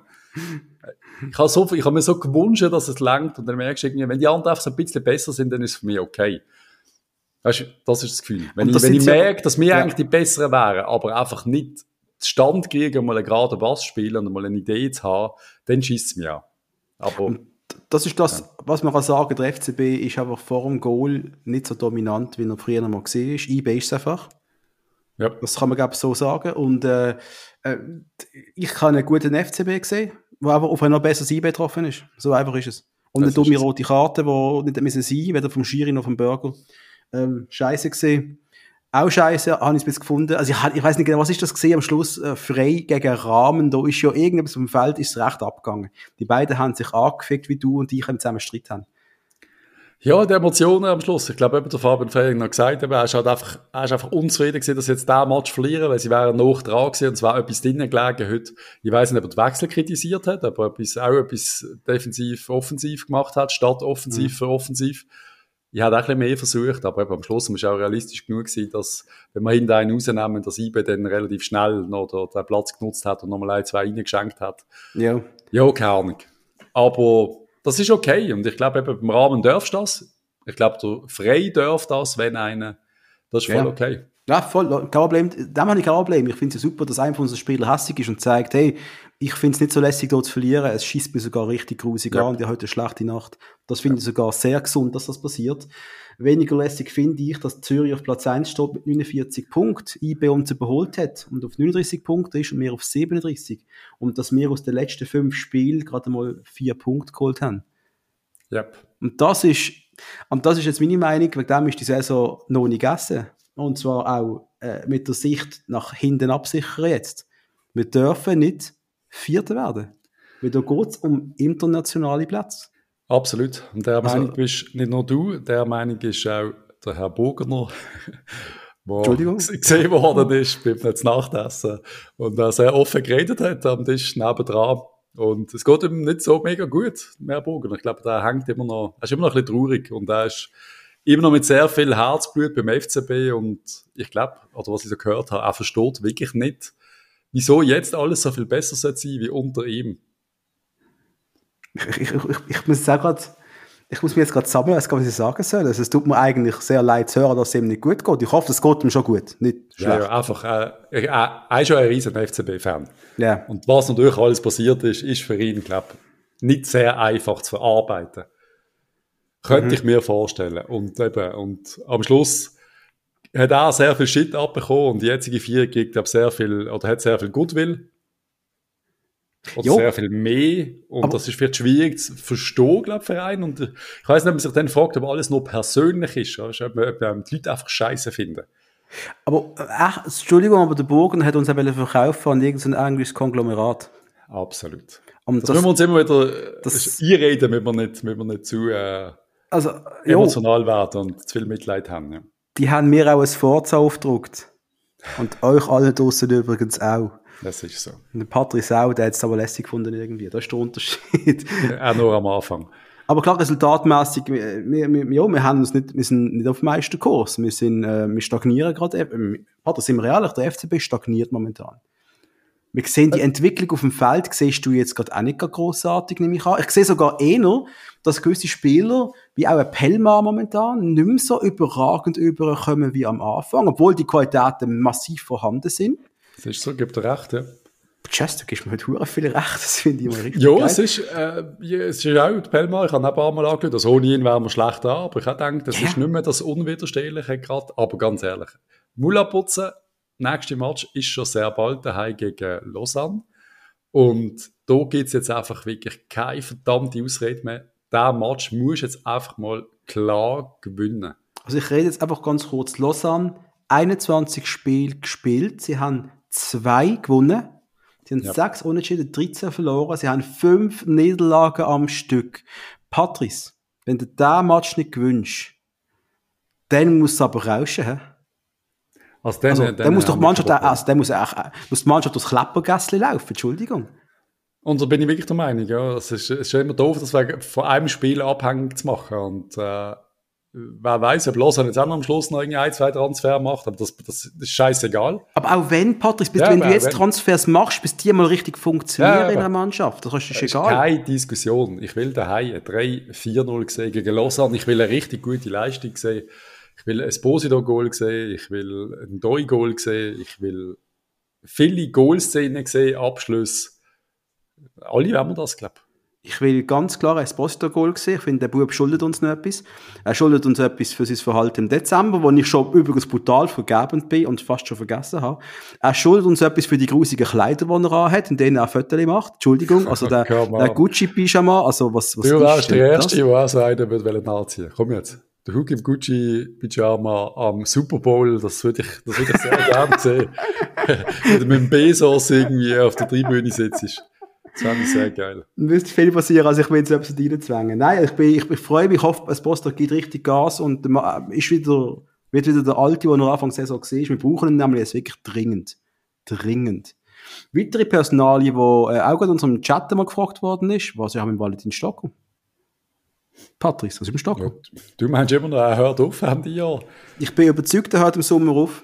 Ich habe, so, ich habe mir so gewünscht, dass es langt und dann merkst du irgendwie, wenn die anderen einfach so ein bisschen besser sind, dann ist es für mich okay. Weißt du, das ist das Gefühl. Wenn Und ich, das wenn sind ich ja- merke, dass wir ja. eigentlich die Besseren wären, aber einfach nicht Stand kriegen, mal einen geraden Pass spielen und mal eine Idee zu haben, dann schießt es mich an. Aber Das ist das, was man kann sagen, der F C B ist einfach vor dem Goal nicht so dominant, wie er früher noch mal gesehen ist. I B ist es einfach. ja, Das kann man, glaube ich, so sagen. Und äh, äh, ich habe einen guten F C B gesehen, der aber auf ein noch besseres I B getroffen ist. So einfach ist es. Und Das eine dumme ist es. rote Karte, die nicht müssen sein, weder vom Schiri noch vom Burger. Ähm, Scheiße gesehen. Auch scheiße, habe ich es bis gefunden. Also ich, ich weiß nicht genau, was ist das gesehen am Schluss? Äh, frei gegen Rahmen, da ist ja irgendetwas vom Feld, ist es recht abgegangen. Die beiden haben sich angefickt, wie du und ich haben zusammen Streit haben. ja, die Emotionen am Schluss. Ich glaube, eben der Fabian Freyling noch gesagt, eben, er ist halt einfach, er ist einfach unzufrieden gewesen, dass sie jetzt diesen Match verlieren, weil sie wären noch dran gewesen und es war etwas drinnen gelegen heute. Ich weiss nicht, ob er den Wechsel kritisiert hat, aber etwas, auch etwas defensiv, offensiv gemacht hat, statt offensiv Mhm. für offensiv. Ich hätte auch ein bisschen mehr versucht, aber eben am Schluss muss auch realistisch genug sein, dass, wenn wir hinten einen rausnehmen, dass I B dann relativ schnell noch den, den Platz genutzt hat und nochmal ein, zwei reingeschenkt hat. Ja. Ja, keine Ahnung. Aber das ist okay. Und ich glaube, eben beim Rahmen darfst du das. Ich glaube, der Frei darf das, wenn einer. Das ist voll Ja. okay. Ja, voll, kein Problem. Dem habe ich kein Problem. Ich finde es ja super, dass einer von unseren Spielern hässig ist und sagt, hey, ich finde es nicht so lässig, hier zu verlieren. Es schießt mir sogar richtig grusig Ja. an und ich habe heute eine schlechte Nacht. Das finde ich sogar sehr gesund, dass das passiert. Weniger lässig finde ich, dass Zürich auf Platz eins steht mit neunundvierzig Punkten, I B uns überholt hat und auf neununddreißig Punkte ist und wir auf siebenunddreißig. Und dass wir aus den letzten fünf Spielen gerade mal vier Punkte geholt haben. Yep. Und das ist, und das ist jetzt meine Meinung, wegen dem ist die Saison noch nicht gegessen. Und zwar auch äh, mit der Sicht nach hinten absichern jetzt. Wir dürfen nicht Vierter werden. Weil da geht es um internationale Plätze. Absolut. Und der Also- Meinung bist nicht nur du, der Meinung ist auch der Herr Burgener, der Entschuldigung? gesehen worden ist beim Nachtessen und der sehr offen geredet hat am Tisch nebendran. Und es geht ihm nicht so mega gut, Meerburger. Ich glaube, der hängt immer noch, er ist immer noch ein bisschen traurig und er ist immer noch mit sehr viel Herzblut beim F C B und ich glaube, oder was ich so gehört habe, er versteht wirklich nicht, wieso jetzt alles so viel besser sein sollte wie unter ihm. Ich, ich, ich, ich muss sagen, ich muss mir jetzt gerade sammeln, was ich sagen soll. Also, es tut mir eigentlich sehr leid zu hören, dass es ihm nicht gut geht. Ich hoffe, es geht ihm schon gut, nicht schlecht. Ja, ja einfach, äh, er, er ist schon ein riesen F C B-Fan. Ja. Und was natürlich alles passiert ist, ist für ihn, glaube ich, nicht sehr einfach zu verarbeiten. Könnte mhm. ich mir vorstellen. Und eben, und am Schluss hat er sehr viel Shit abbekommen und die jetzige Vier kriegt, glaube ich, sehr viel, oder hat sehr viel Goodwill. Oder jo. sehr viel mehr. Und aber das ist vielleicht schwierig zu verstehen, glaube ich, für einen. Und ich weiss nicht, ob man sich dann fragt, ob alles nur persönlich ist. Oder? Ob, man, ob man die Leute einfach scheiße finden. Aber, äh, Entschuldigung, aber der Burgen hat uns ja verkaufen an irgendein englisches Konglomerat. Absolut. Und das, das müssen wir uns immer wieder das, einreden, damit wir nicht, damit wir nicht zu äh, also, emotional jo. werden und zu viel Mitleid haben. Ja. Die haben mir auch ein Forza aufgedruckt. Und euch alle draussen übrigens auch. Das ist so. Und der Patrice auch, der hat es aber lässig gefunden irgendwie. Das ist der Unterschied. Auch nur am Anfang. Aber klar, resultatmässig, wir, wir, ja, wir haben uns nicht, wir sind nicht auf dem Meisterkurs. Wir sind, äh, wir stagnieren gerade. Äh, Patrice, sind wir ehrlich, der F C B stagniert momentan. Wir sehen die Entwicklung auf dem Feld, siehst du jetzt gerade auch nicht grossartig, nehme ich an. Ich sehe sogar eher, dass gewisse Spieler, wie auch ein Pelmar momentan, nicht mehr so überragend überkommen wie am Anfang, obwohl die Qualitäten massiv vorhanden sind. Das ist so, gibt dir recht, ja. Chester, du gibst mir heute verdammt viel recht, das finde ich immer richtig ja, geil. Ja, es ist, äh, es ist auch, die Pelmar, ich habe ein paar Mal angeschaut, also ohne ihn wären wir schlecht an, aber ich habe gedacht, das ja. ist nicht mehr das Unwiderstehliche gerade, aber ganz ehrlich, Mulla putzen, nächste Match ist schon sehr bald daheim gegen Lausanne. Und da gibt es jetzt einfach wirklich keine verdammte Ausrede mehr. Diesen Match musst du jetzt einfach mal klar gewinnen. Also ich rede jetzt einfach ganz kurz. Lausanne, einundzwanzig Spiele gespielt. Sie haben zwei gewonnen. Sie haben ja. sechs Unentschieden, dreizehn verloren. Sie haben fünf Niederlagen am Stück. Patrice, wenn du diesen Match nicht gewinnst, dann musst du aber rauschen, hä? Also, dann, also dann, dann muss doch die Mannschaft, also dann muss, auch, muss die Mannschaft durchs Kleppergässli laufen, Entschuldigung. Und so bin ich wirklich der Meinung, ja. Es ist, es ist immer doof, das von einem Spiel abhängig zu machen. Und äh, wer weiß, ob Lausanne jetzt auch noch am Schluss noch irgendwie ein, zwei Transfer macht, aber das, das ist scheißegal. Aber auch wenn, Patrice, bis, ja, wenn du jetzt wenn. Transfers machst, bis die mal richtig funktionieren ja, in einer Mannschaft, das ist, ist egal. Keine Diskussion. Ich will daheim drei vier null sehen gegen Lausanne. Ich will eine richtig gute Leistung sehen. Ich will ein Esposito-Goal sehen, ich will ein Doi-Goal sehen, ich will viele Goal-Szenen sehen, Abschlüsse. Alle wollen wir das, glaube ich. Ich will ganz klar ein Esposito-Goal sehen. Ich finde, der Bub schuldet uns noch etwas. Er schuldet uns etwas für sein Verhalten im Dezember, wo ich schon übrigens brutal vergebend bin und fast schon vergessen habe. Er schuldet uns etwas für die grusigen Kleider, die er anhat, in denen er Fotos macht. Entschuldigung, also der, der Gucci-Pyjama, also was, was du warst der Erste, der auch so einen würde anziehen. Komm jetzt. Der Hug im Gucci-Pyjama am Super Bowl, das würde ich, das würde ich sehr gerne sehen. Wenn du mit dem Bezos irgendwie auf der Tribüne sitzt. Das fände ich sehr geil. Dann müsste viel passieren, als ich will selbst reinzwängen. Nein, ich, bin, ich, ich freue mich, ich hoffe, das Poster gibt richtig Gas und ist wieder, wird wieder der Alte, der noch Anfang der Saison war. Wir brauchen ihn nämlich jetzt wirklich dringend. Dringend. Weitere Personalie, die äh, auch in unserem Chat mal gefragt worden ist, was wir haben mit Valentin Stocco. Patrice, was ist im Stock? Ja, du meinst immer noch, er hört auf Ende Jahr. Ich bin überzeugt, er hört im Sommer auf.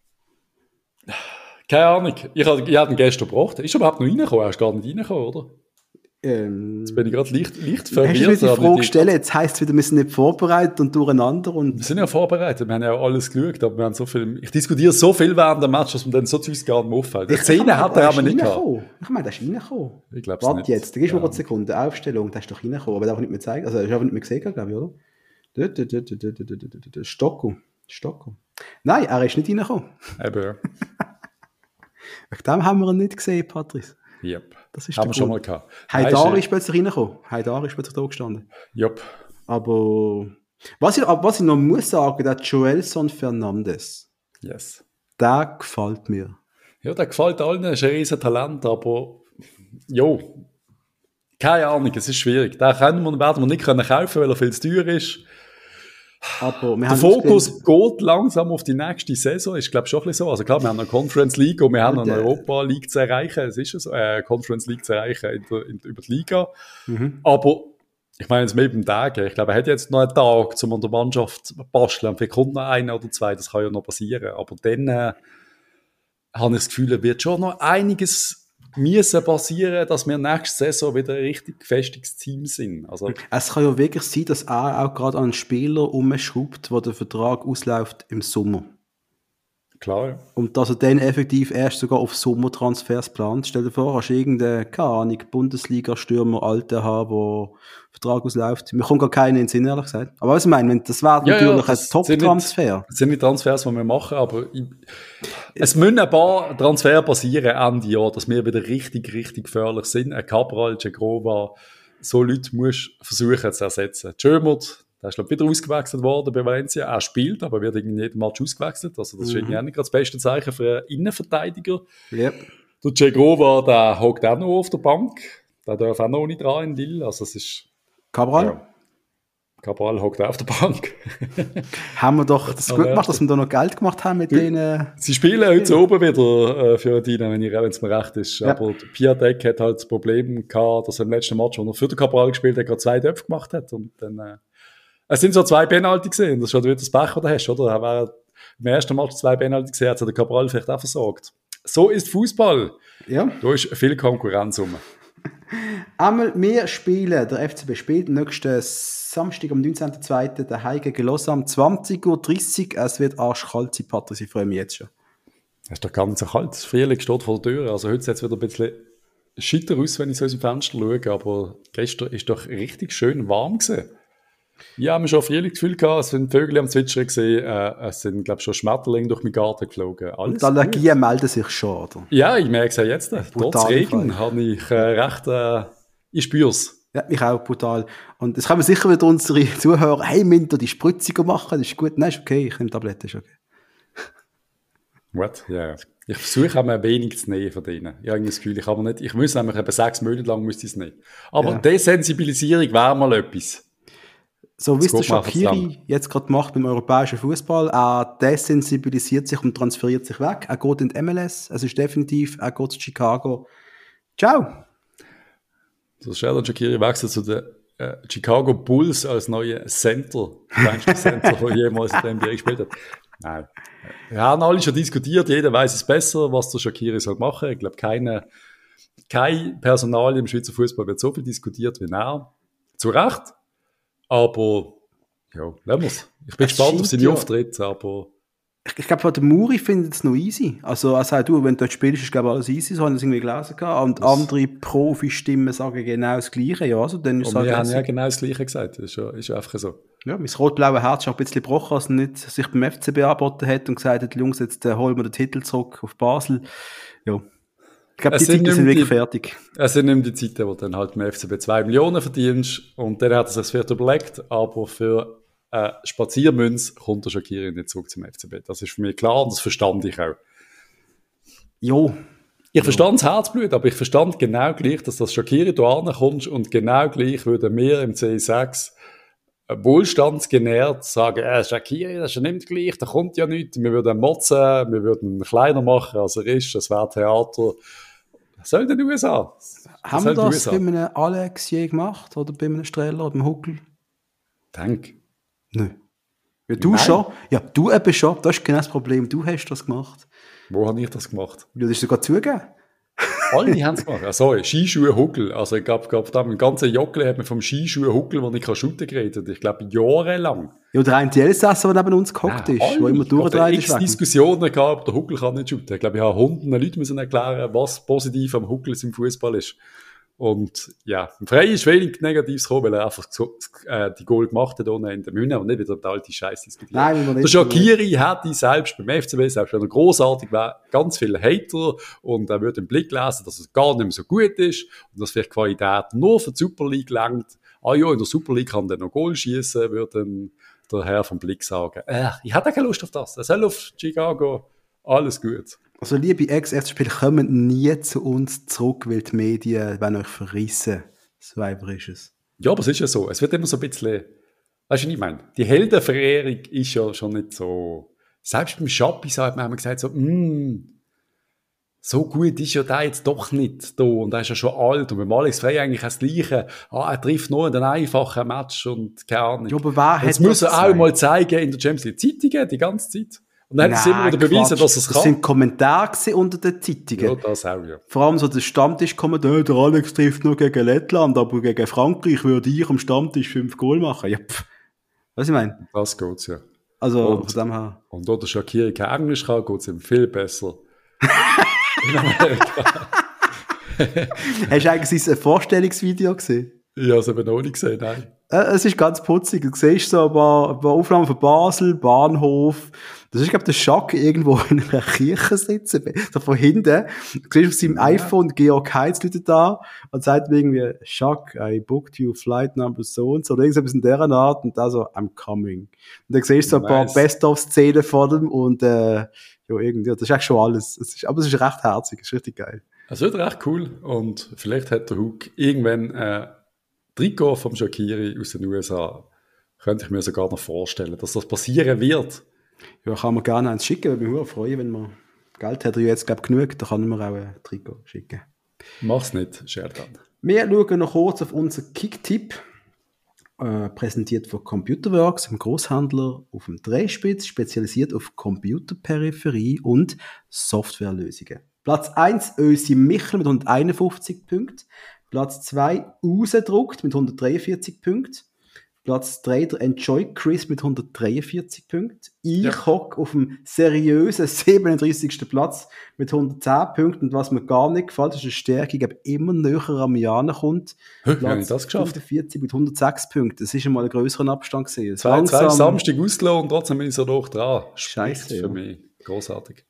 Keine Ahnung. Ich habe ihn gestern gebracht. Ist er überhaupt noch reingekommen? Er ist gar nicht reingekommen, oder? Ähm, Jetzt bin ich gerade leicht, leicht verwirrt. Hast du mir die Frage gestellt? Jetzt heisst es wieder, wir sind nicht vorbereitet und durcheinander. Und wir sind ja vorbereitet. Wir haben ja alles geschaut. Aber wir haben so viel, ich diskutiere so viel während dem Match, dass man dann so Zeug gar nicht auffällt. Die Szene hat er aber nicht gehabt. Ich meine, der ist reingekommen. Ich glaube es nicht. Warte jetzt, da gibst du mir ja. eine Sekunde. Aufstellung, der ist doch reingekommen. Aber der hat nicht mehr gezeigt. Also, er ist einfach nicht mehr gesehen, glaube ich, oder? Stocco. Stocco. Nein, er ist nicht reingekommen. Eben, ja. Wegen dem haben wir ihn nicht gesehen, Patrice. Yep. Das ist haben wir schon mal gehabt. Haidari ist plötzlich reingekommen. Haidari ist plötzlich da gestanden. Yep. Aber was ich, was ich noch muss sagen, der Joelson Fernandes. Yes. Der gefällt mir. Ja, der gefällt allen. Er ist ein riesen Talent, aber jo, keine Ahnung, es ist schwierig. Den können wir, werden wir nicht können kaufen, weil er viel zu teuer ist. Aber wir Der haben Fokus geht langsam auf die nächste Saison, ist glaube ich schon ein bisschen so. Also klar, wir haben eine Conference League und wir haben Und, eine äh, Europa League zu erreichen. Es ist ja so, äh, Conference League zu erreichen in der, in, über die Liga. Mhm. Aber ich meine jetzt mehr beim Tag. Ich glaube, er hat jetzt noch einen Tag, um an der Mannschaft zu basteln. Vielleicht kommt noch einer oder zwei, das kann ja noch passieren. Aber dann äh, habe ich das Gefühl, es wird schon noch einiges müssen passieren, dass wir nächste Saison wieder ein richtig gefestigtes Team sind. Also, Es kann ja wirklich sein, dass er auch gerade an einen Spieler umschraubt, wo der Vertrag ausläuft im Sommer. klar, ja. Und dass er dann effektiv erst sogar auf Sommertransfers plant. Stell dir vor, hast du irgendeinen, keine Ahnung, Bundesliga-Stürmer, Alten haben, wo Vertrag ausläuft. Mir kommt gar keiner in den Sinn, ehrlich gesagt. Aber was ich meine, das wäre Ja, ja, natürlich das ein Top-Transfer. Das sind nicht Transfers, die wir machen, aber ich, es müssen ein paar Transfers passieren Ende Jahr, dass wir wieder richtig, richtig gefährlich sind. Ein Cabral, Cegrova, so Leute musst du versuchen zu ersetzen. Schömert, der ist, glaube ich, wieder ausgewechselt worden bei Valencia. Er spielt, aber wird irgendwie jeden Match ausgewechselt. Also das ist irgendwie auch nicht gerade das beste Zeichen für einen Innenverteidiger. Yep. Der Cegrova, der hockt auch noch auf der Bank. Der darf auch noch nicht dran in Lille. Also es ist... Cabral? Ja. Cabral hockt auch auf der Bank. Haben wir doch das gut gemacht, dass wir da noch Geld gemacht haben mit Ja. denen. Sie spielen heute so oben wieder äh, Fiorentina, wenn es mir recht ist. Ja. Aber der Piatek hat halt das Problem gehabt, dass er im letzten Match, wo er für den Cabral gespielt hat, gerade zwei Töpfe gemacht hat. Und dann, äh, es sind so zwei Penalty gesehen. Das ist schon wieder das Pech, das du hast, oder? Er war im ersten Match zwei Penalty gesehen, hat sich der Cabral vielleicht auch versorgt. So ist Fußball. Ja. Da ist viel Konkurrenz rum. Einmal, wir spielen, der F C B spielt nächsten Samstag am neunzehnten zweiten daheim gegen Lausanne, zwanzig Uhr dreißig. Es wird arschkalt sein, Patrick, ich freue mich jetzt schon. Es ist doch gar nicht so kalt. Das Frühling steht vor der Tür. Also heute sieht es wieder ein bisschen scheiter aus, wenn ich so aus dem Fenster schaue. Aber gestern ist doch richtig schön warm gewesen. Ja, wir haben schon Frühlingsgefühl gehabt. Es sind Vögel am Zwitschern gesehen. Äh, es sind, glaube ich, schon Schmetterlinge durch meinen Garten geflogen. Alles Und die Allergien melden sich schon, oder? Ja, ich merke es ja jetzt. Trotz Brutale Regen Fall. habe ich äh, recht, äh, ich spüre es. Ja, mich auch brutal. Und es können wir sicher wieder unsere Zuhörer, hey, müssen wir die Spritzung machen? Das ist gut. Nein, ist okay, ich nehme Tabletten, ist okay. What? Ja, yeah. Ich versuche auch mal wenig zu nehmen von denen. Ich habe das Gefühl, ich, habe nicht, ich muss nämlich etwa sechs Monate lang müsste ich es nehmen. Aber Ja. Desensibilisierung wäre mal etwas. So wie es der geht mir einfach Shaqiri zusammen. jetzt gerade macht beim europäischen Fußball, er desensibilisiert sich und transferiert sich weg. Er geht in die M L S, es ist definitiv, er geht zu Chicago. Ciao! Der Sheldon Shaqiri wechselt zu den äh, Chicago Bulls als neuer Center, kleinster Center, der jemals in der N B A gespielt hat. Nein. Wir haben alle schon diskutiert, jeder weiß es besser, was der Shaqiri soll machen. Ich glaube, keine, kein Personal im Schweizer Fußball wird so viel diskutiert wie er. Zu Recht. Aber, ja, lassen wir es. Ich bin Es gespannt auf scheint seine ja- Auftritte, aber Ich, ich glaube, der Muri findet es noch easy. Also, er sagt, du, wenn du dort spielst, ist glaube ich alles easy, so haben wir es irgendwie gelesen gehabt. Und andere Profi-Stimmen sagen genau das Gleiche, ja, also dann ist es und halt wir haben ja lässig. genau das Gleiche gesagt. Das ist ja, ist ja einfach so. Ja, mein rot-blaue Herz ist auch ein bisschen gebrochen, als er nicht sich beim F C B angeboten hat und gesagt hat, Jungs, jetzt äh, holen wir den Titel zurück auf Basel. Ja. Ich glaube, Es die sind Zeiten nicht sind mehr wirklich die- fertig. Es sind nicht mehr die Zeiten, wo du dann halt im F C B zwei Millionen verdienst und dann hat er sich das vielleicht überlegt, aber für äh, Spaziermünz kommt der Shaqiri nicht zurück zum F C B. Das ist für mich klar und das verstand ich auch. Jo, Ich verstand das Herzblut, aber ich verstand genau gleich, dass das Shaqiri da ankommst und genau gleich würden wir im C sechs wohlstandsgenährt sagen, äh, Shaqiri, das ist ja nicht gleich, da kommt ja nichts, wir würden ihn motzen, wir würden ihn kleiner machen, als er ist, das wäre Theater. Was soll denn die U S A? Was haben soll wir die das U S A? bei einem Alex je gemacht? Oder bei einem Streller oder beim Huckel? Denk. Nein. Ja, du Nein. schon. Ja, du eben schon. Das ist genau das Problem. Du hast das gemacht. Wo habe ich das gemacht? Ja, das ist sogar zugegeben. Alle haben es gemacht. Ah, sorry, Skischuhe Huckel. Also ich glaube, glaub, da im ganzen Joggeli hat man vom Skischuhe Huckel, wo ich kann shooten geredet. Ich glaube, jahrelang. Ja, der eine Elsässer, der neben uns gehockt ist, der immer durchdreht ist. Ich habe wegen- Diskussionen gehabt, ob der Huckel kann nicht shooten. Ich glaube, ich habe hunderten Leuten müssen erklären, was positiv am Huckel im Fußball ist. Und ja, im Frei ist wenig Negatives gekommen, weil er einfach so, äh, die Goal gemacht hat ohne in der Mühne und nicht wieder die alte Scheiße diskutiert. Nein, wir Der nicht. Shaqiri hätte selbst beim F C B, selbst wenn er grossartig wäre, ganz viele Hater und er würde im Blick lesen, dass es gar nicht mehr so gut ist und dass vielleicht die Qualität nur für die Super League langt. Ah ja, in der Super League kann der noch Goal schießen, würde dann der Herr vom Blick sagen. Äh, ich hätte keine Lust auf das. Er soll auf Chicago. Alles gut. Also, liebe Ex-F C-Spieler, kommt nie zu uns zurück, weil die Medien wollen euch verrissen. So einfach ist es. Ja, aber es ist ja so. Es wird immer so ein bisschen, weißt weißt du, was ich meine? Die Heldenverehrung ist ja schon nicht so, selbst beim Schappi hat man gesagt, so, mm, so gut ist ja der jetzt doch nicht da und er ist ja schon alt und beim Alex Frey eigentlich das Gleiche. Ah, er trifft nur in den einfachen Match und keine Ahnung. Ja, aber wer das hat muss das er auch gesagt? mal zeigen in der Champions League Zeitungen die ganze Zeit. Und dann hat er es immer wieder bewiesen, Quatsch. dass er es kann. Das sind Kommentare gewesen unter den Zeitungen. Ja, das auch, ja. Vor allem so der Stammtisch kommt, äh, der Alex trifft nur gegen Lettland, aber gegen Frankreich würde ich am Stammtisch fünf Goal machen. Ja, pff. Was ich meine? Das geht's, ja. Also, Und- von dem her. Und da der Shaqiri kein Englisch kann, geht's ihm viel besser. Hast du eigentlich sein Vorstellungsvideo gesehen? Ich habe es eben noch nicht gesehen, nein. Äh, es ist ganz putzig. Du siehst so ein paar, ein paar Aufnahmen von Basel, Bahnhof. Das ist, glaube ich, der Schack irgendwo in einer Kirche sitzen. So von hinten. Du siehst auf seinem iPhone Georg Heitz da und sagt mir irgendwie, Schack, I booked you flight number so und so. Oder irgendwas in dieser Art. Und da so, I'm coming. Und dann siehst du so ein paar Nice. Best-of-Szenen von dem und, äh, ja, irgendwie, das ist eigentlich schon alles. Es ist, aber es ist recht herzig. Es ist richtig geil. Es wird recht cool und vielleicht hat der Hug irgendwann ein Trikot vom Shaqiri aus den U S A. Könnte ich mir sogar noch vorstellen, dass das passieren wird. Ja, kann man gerne eins schicken, würde mich sehr freuen, wenn man Geld hat er ja jetzt, glaube ich, genug, da kann man auch ein Trikot schicken. Mach's nicht, Scherdan. Wir schauen noch kurz auf unser Kick-Tipp, äh, präsentiert von Computerworks, einem Großhändler auf dem Dreispitz, spezialisiert auf Computerperipherie und Softwarelösungen. Platz eins, Ösi Michel mit hunderteinundfünfzig Punkten. Platz zwei, Rausdruckt mit hundertdreiundvierzig Punkten. Platz drei, der Enjoy Chris mit hundertdreiundvierzig Punkten. Ich Ja. hocke auf dem seriösen siebenunddreißigsten Platz mit hundertzehn Punkten. Und was mir gar nicht gefällt, ist eine Stärke, die immer näher am Jan kommt. Hä, wie habe ich das geschafft? hundertvierzig mit hundertsechs Punkten. Das ist einmal ein größeren Abstand gewesen. Zwei, zwei Langsam- Samstag ausgelassen und trotzdem bin ich so hoch dran. Spricht Scheisse, für ja. mich. Großartig.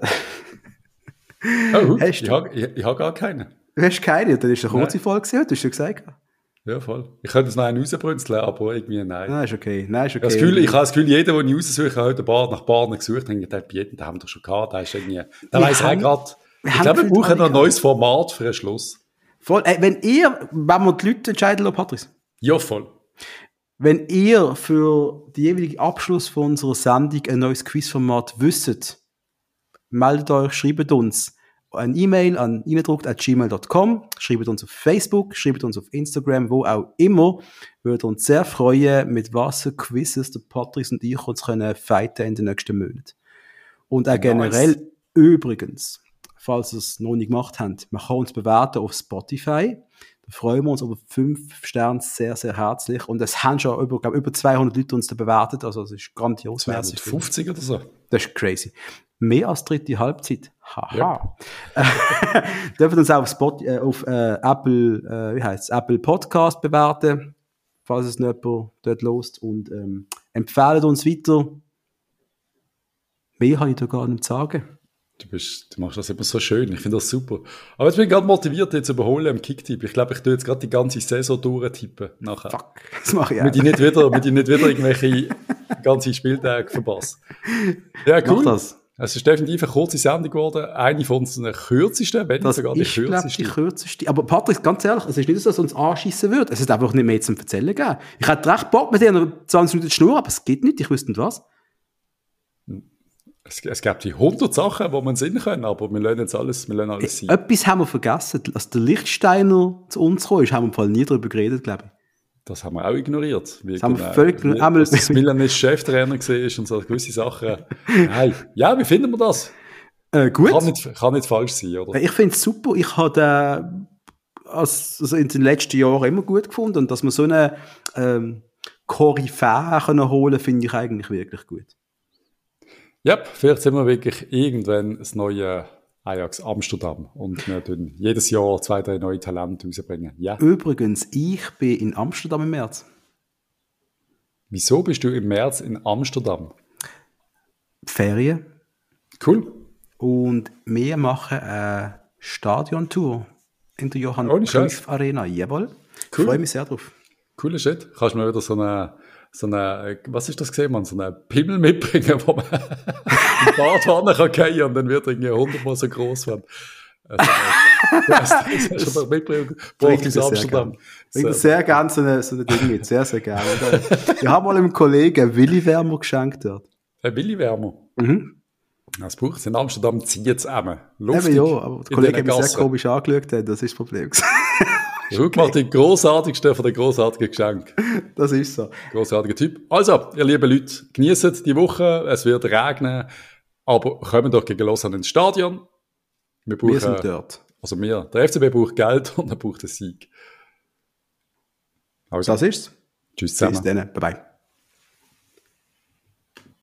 Oh, Hug, Hast ich du? habe ich, ich hab gar keinen. Du hast keine, dann ist eine kurze Nein. Folge gewesen, du hast ja gesagt. Ja, voll. Ich könnte es noch einen rausbrünzeln, aber irgendwie nein. Nein, ist okay. Nein, ist Ich okay. habe das Gefühl, ich habe das Gefühl, jeder, den ich raussuche, hat heute Bar nach Bahnen gesucht, denkt, der bei jedem, den haben wir doch schon gehabt, der ist irgendwie, der Wir weiss auch haben- gerade. wir Ich haben glaube, wir gefühlt brauchen noch ein alle neues Format für einen Schluss. Voll, äh, wenn ihr, wenn wir die Leute entscheiden lassen, Patrice, Ja, voll. wenn ihr für den jeweiligen Abschluss von unserer Sendung ein neues Quizformat wisst, meldet euch, schreibt uns eine E-Mail an eindruckt at gmail dot com, schreibt uns auf Facebook, schreibt uns auf Instagram, wo auch immer. Würde uns sehr freuen, mit was für Quizzes der Patrice und ich uns können fighten in den nächsten Monaten. Und auch Nice. generell übrigens, falls ihr es noch nicht gemacht habt, man kann uns bewerten auf Spotify. Da freuen wir uns über fünf Sterne sehr, sehr herzlich. Und es haben schon über, glaub, über zweihundert Leute uns da bewertet. Also, es ist grandios. Merci. zweihundertfünfzig oder so. Das ist crazy. Mehr als dritte Halbzeit. Haha. Äh, dürfen uns auch auf, Spot, äh, auf äh, Apple, äh, wie heißt's, Apple Podcast bewerten, falls es nicht jemand dort lost. Und ähm, empfehlen uns weiter. Mehr habe ich da gar nicht zu sagen. Du, bist, du machst das immer so schön, ich finde das super. Aber jetzt bin ich gerade motiviert, jetzt zu überholen im Kicktipp. Ich glaube, ich tue jetzt gerade die ganze Saison durchtippen nachher. Fuck, das mache ich auch. Damit ich nicht wieder, damit ich nicht wieder irgendwelche ganze Spieltage verpasse. Ja, Mach cool. das. Es ist definitiv eine kurze Sendung geworden. Eine von unseren kürzesten, wenn nicht Das sogar die ist, glaube ich, kürzeste. die kürzeste. Aber Patrick, ganz ehrlich, es ist nicht so, dass es uns anschiessen würde. Es ist einfach nicht mehr zum Erzählen gegeben. Ich hätte recht Bock mit dir noch zwanzig Minuten zu schnurren, aber es geht nicht. Ich wüsste nicht was. Es, es gibt die hundert Sachen, die man sehen können, aber wir lernen jetzt alles, wir lernen alles sein. Etwas haben wir vergessen. Als der Lichtsteiner zu uns gekommen ist, haben wir im Fall nie darüber geredet, glaube ich. Das haben wir auch ignoriert. Wie, haben wir völlig wie, einmal- dass das Milan Cheftrainer war und so gewisse Sachen. Nein. Ja, wie finden wir das? Äh, gut. Kann nicht, kann nicht falsch sein, oder? Ich finde es super. Ich habe den als, also in den letzten Jahren immer gut gefunden. Und dass wir so eine ähm, Koryphäe können holen, finde ich eigentlich wirklich gut. Ja, vielleicht sind wir wirklich irgendwann das neue Ajax Amsterdam und wir tun jedes Jahr zwei, drei neue Talente rausbringen. Ja. Übrigens, ich bin in Amsterdam im März. Wieso bist du im März in Amsterdam? Ferien. Cool. Und wir machen eine Stadiontour in der Johann Ohne Scheiß. Cruyff Arena. Jawohl. Cool. Ich freue mich sehr drauf. Cooler Shit. Kannst du mir wieder so eine, so eine, was ist das gesehen, man? So eine Pimmel mitbringen, wo man im Badwanne kann gehen und dann wird irgendwie hundertmal so groß werden. Also, das hast du doch mitgebracht aus Amsterdam. Ich würde sehr gerne so ein so eine Ding mit, sehr, sehr gerne. Ich habe mal einem Kollegen einen Willi-Wärmer geschenkt dort. Ein Willi-Wärmer? Mhm. Das braucht es in Amsterdam, zieht es eben. Luftig. Eben ja, aber der Kollege hat mich sehr komisch angeschaut, das ist das Problem. Schau mal, die grossartigste von den grossartigen Geschenken. Das ist so. Grossartiger Typ. Also, ihr lieben Leute, genießt die Woche, es wird regnen, aber kommen doch gegen Lausanne ins Stadion. Wir, brauchen, wir sind dort. Also wir, der F C B braucht Geld und er braucht einen Sieg. Also, das ist's. Tschüss zusammen. Bis dann. Bye bye.